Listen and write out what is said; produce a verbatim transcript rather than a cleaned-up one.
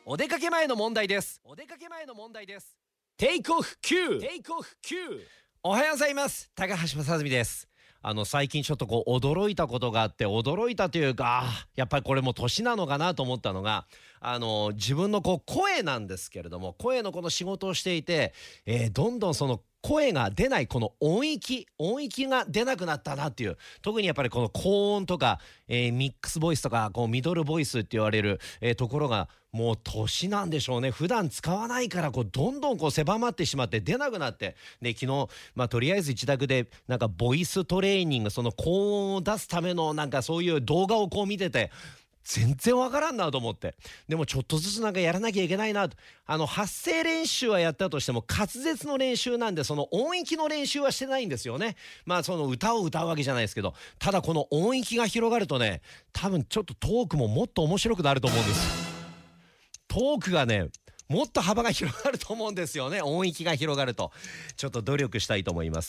お出かけ前の問題です。お出かけ前の問題です。テイクオフ Q。 テイクオフ Q。 おはようございます。高橋正純です。あの最近ちょっとこう驚いたことがあって、驚いたというか、やっぱりこれも年なのかなと思ったのが、あの自分のこう声なんですけれども、声のこの仕事をしていて、えーどんどんその声が出ないこの音域音域が出なくなったなっていう、特にやっぱりこの高音とか、えーミックスボイスとかこうミドルボイスって言われる、えーところがもう年なんでしょうね。普段使わないからこうどんどんこう狭まってしまって出なくなって、で昨日まあとりあえず自宅でなんかボイストレーニング、その高音を出すためのなんかそういう動画をこう見てて、全然わからんなと思って、でもちょっとずつなんかやらなきゃいけないなと。あの発声練習はやったとしても滑舌の練習なんで、その音域の練習はしてないんですよね。まあその歌を歌うわけじゃないですけど、ただこの音域が広がるとね、多分ちょっとトークももっと面白くなると思うんです。トークがねもっと幅が広がると思うんですよね。音域が広がると。ちょっと努力したいと思います。